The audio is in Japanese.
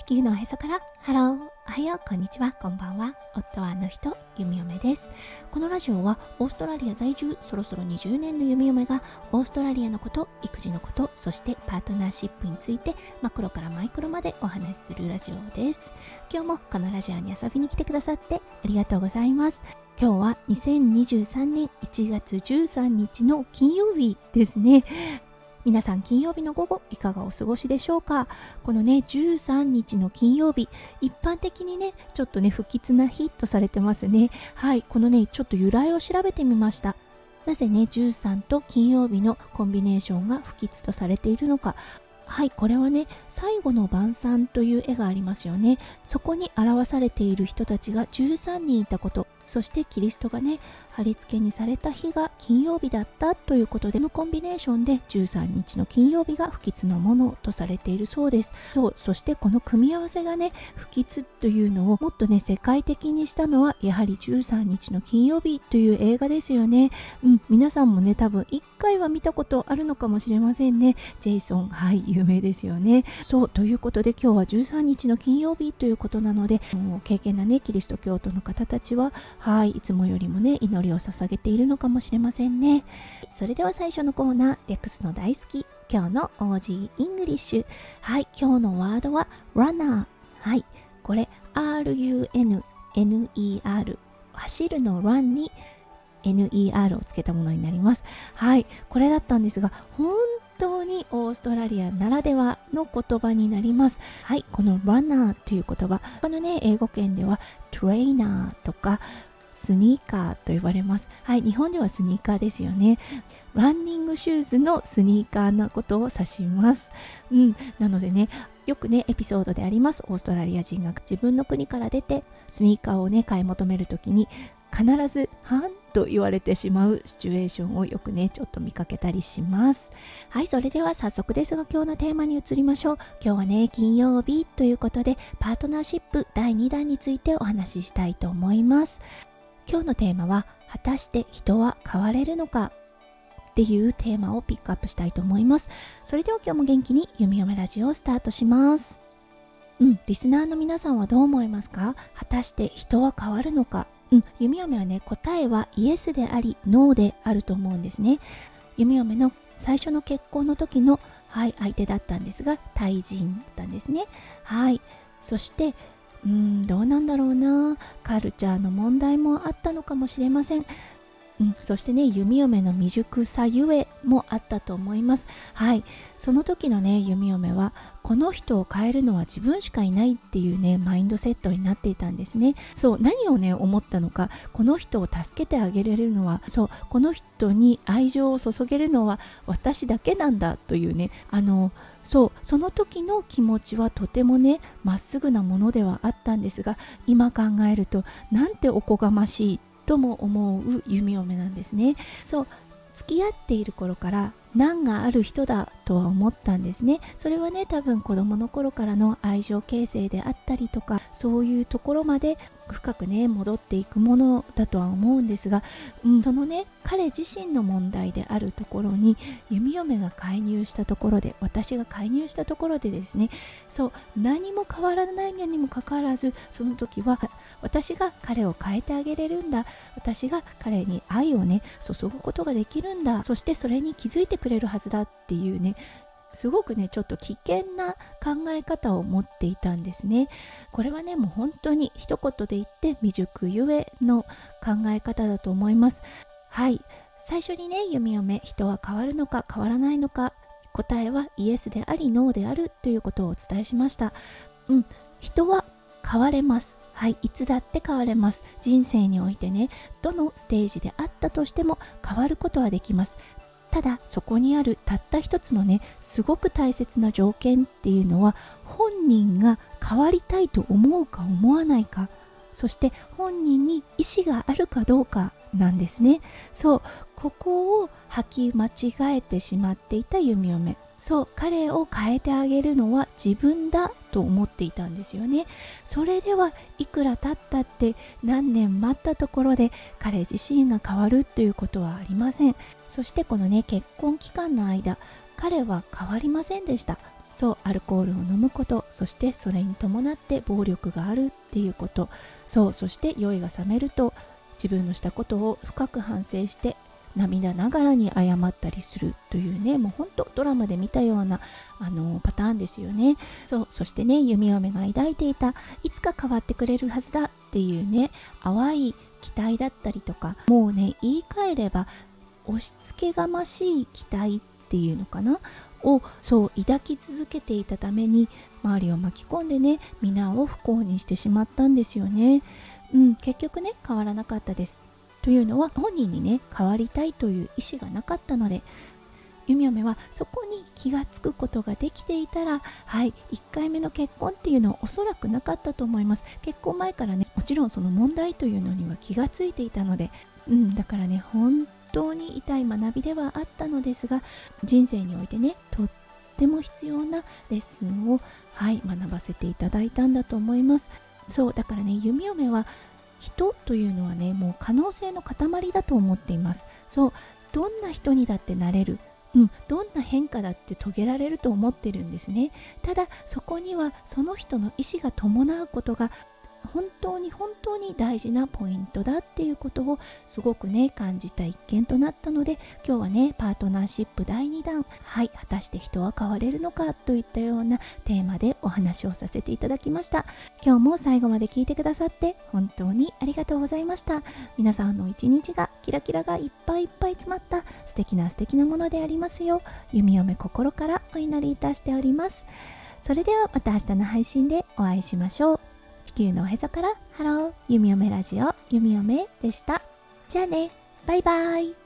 地球のおへそからハロー、おはよう、こんにちは、こんばんは。夫はあの人、弓嫁です。このラジオはオーストラリア在住そろそろ20年の弓嫁がオーストラリアのこと、育児のこと、そしてパートナーシップについてマクロからマイクロまでお話しするラジオです。今日もこのラジオに遊びに来てくださってありがとうございます。今日は2023年1月13日の金曜日ですね。皆さん金曜日の午後いかがお過ごしでしょうか。このね13日の金曜日、一般的にねちょっとね不吉な日とされてますね。はい、このねちょっと由来を調べてみました。なぜね13と金曜日のコンビネーションが不吉とされているのか。はい、これはね最後の晩餐という絵がありますよね。そこに表されている人たちが13人いたこと、そしてキリストがね貼り付けにされた日が金曜日だったということで、このコンビネーションで13日の金曜日が不吉なものとされているそうです。そしてこの組み合わせがね不吉というのをもっとね世界的にしたのはやはり13日の金曜日という映画ですよね。皆さんもね多分1回は見たことあるのかもしれませんね。ジェイソン、はい、有名ですよね。ということで今日は13日の金曜日ということなので、敬虔なねキリスト教徒の方たちは、はい、いつもよりもね祈りを捧げているのかもしれませんね。それでは最初のコーナー、レックスの大好き今日の OG イングリッシュ。はい、今日のワードは runner。 はい、これ RUNNER、 走るの run に NER をつけたものになります。はい、これだったんですが、本当にオーストラリアならではの言葉になります。はい、この runner という言葉、このね英語圏ではトレーナーとかスニーカーと呼ばれます。はい、日本ではスニーカーですよね。ランニングシューズのスニーカーなことを指します。なのでね、よくねエピソードであります、オーストラリア人が自分の国から出てスニーカーをね買い求めるときに必ずはんと言われてしまうシチュエーションをよくねちょっと見かけたりします。はい、それでは早速ですが今日のテーマに移りましょう。今日はね金曜日ということでパートナーシップ第2弾についてお話ししたいと思います。今日のテーマは果たして人は変われるのかっていうテーマをピックアップしたいと思います。それでは今日も元気に弓嫁ラジオをスタートします。リスナーの皆さんはどう思いますか？果たして人は変わるのか？弓嫁はね答えはイエスでありノーであると思うんですね。弓嫁の最初の結婚の時の、相手だったんですがタイ人だったんですね。そしてどうなんだろうな、カルチャーの問題もあったのかもしれません。そしてね弓嫁の未熟さゆえもあったと思います。その時のね弓嫁はこの人を変えるのは自分しかいないっていうねマインドセットになっていたんですね。何をね思ったのか、この人を助けてあげれるのはこの人に愛情を注げるのは私だけなんだというねその時の気持ちはとてもねまっすぐなものではあったんですが、今考えるとなんておこがましいとも思う弓嫁なんですね。付き合っている頃から難がある人だとは思ったんですね。それはね多分子供の頃からの愛情形成であったりとか、そういうところまで深くね戻っていくものだとは思うんですが、そのね彼自身の問題であるところに弓嫁が介入したところで、私が介入したところでですね、何も変わらないのにもかかわらず、その時は私が彼を変えてあげれるんだ、私が彼に愛をね注ぐことができるんだ、そしてそれに気づいてくれるはずだっていうね、すごくねちょっと危険な考え方を持っていたんですね。これはねもう本当に一言で言って未熟ゆえの考え方だと思います。最初にね弓嫁、人は変わるのか変わらないのか、答えはイエスでありノーであるということをお伝えしました。人は変われます。いつだって変われます。人生においてねどのステージであったとしても変わることはできます。ただそこにあるたった一つのねすごく大切な条件っていうのは、本人が変わりたいと思うか思わないか、そして本人に意思があるかどうかなんですね。ここを履き間違えてしまっていた弓嫁。彼を変えてあげるのは自分だと思っていたんですよね。それではいくら経ったって何年待ったところで彼自身が変わるということはありません。そしてこのね結婚期間の間、彼は変わりませんでした。 そうアルコールを飲むこと、そしてそれに伴って暴力があるっていうこと、そして酔いが覚めると自分のしたことを深く反省して涙ながらに謝ったりするというね、もう本当ドラマで見たようなパターンですよね。そしてね、弓嫁が抱いていたいつか変わってくれるはずだっていうね、淡い期待だったりとか、もうね言い換えれば押し付けがましい期待っていうのかなを抱き続けていたために、周りを巻き込んでね、皆を不幸にしてしまったんですよね。結局ね変わらなかったです。というのは、本人にね変わりたいという意思がなかったので、弓嫁はそこに気がつくことができていたら、1回目の結婚っていうのはおそらくなかったと思います。結婚前からね、もちろんその問題というのには気がついていたので、だからね本当に痛い学びではあったのですが、人生においてねとっても必要なレッスンを学ばせていただいたんだと思います。だからね、弓嫁は人というのはね、もう可能性の塊だと思っています。どんな人にだってなれる、どんな変化だって遂げられると思ってるんですね。ただそこにはその人の意思が伴うことが本当に大事なポイントだっていうことをすごくね感じた一件となったので、今日はねパートナーシップ第2弾、果たして人は変われるのかといったようなテーマでお話をさせていただきました。今日も最後まで聞いてくださって本当にありがとうございました。皆さんの一日がキラキラがいっぱいいっぱい詰まった素敵なものでありますよう、弓嫁心からお祈りいたしております。それではまた明日の配信でお会いしましょう。地球のおへそからハロー、弓嫁ラジオ弓嫁でした。じゃあね、バイバイ。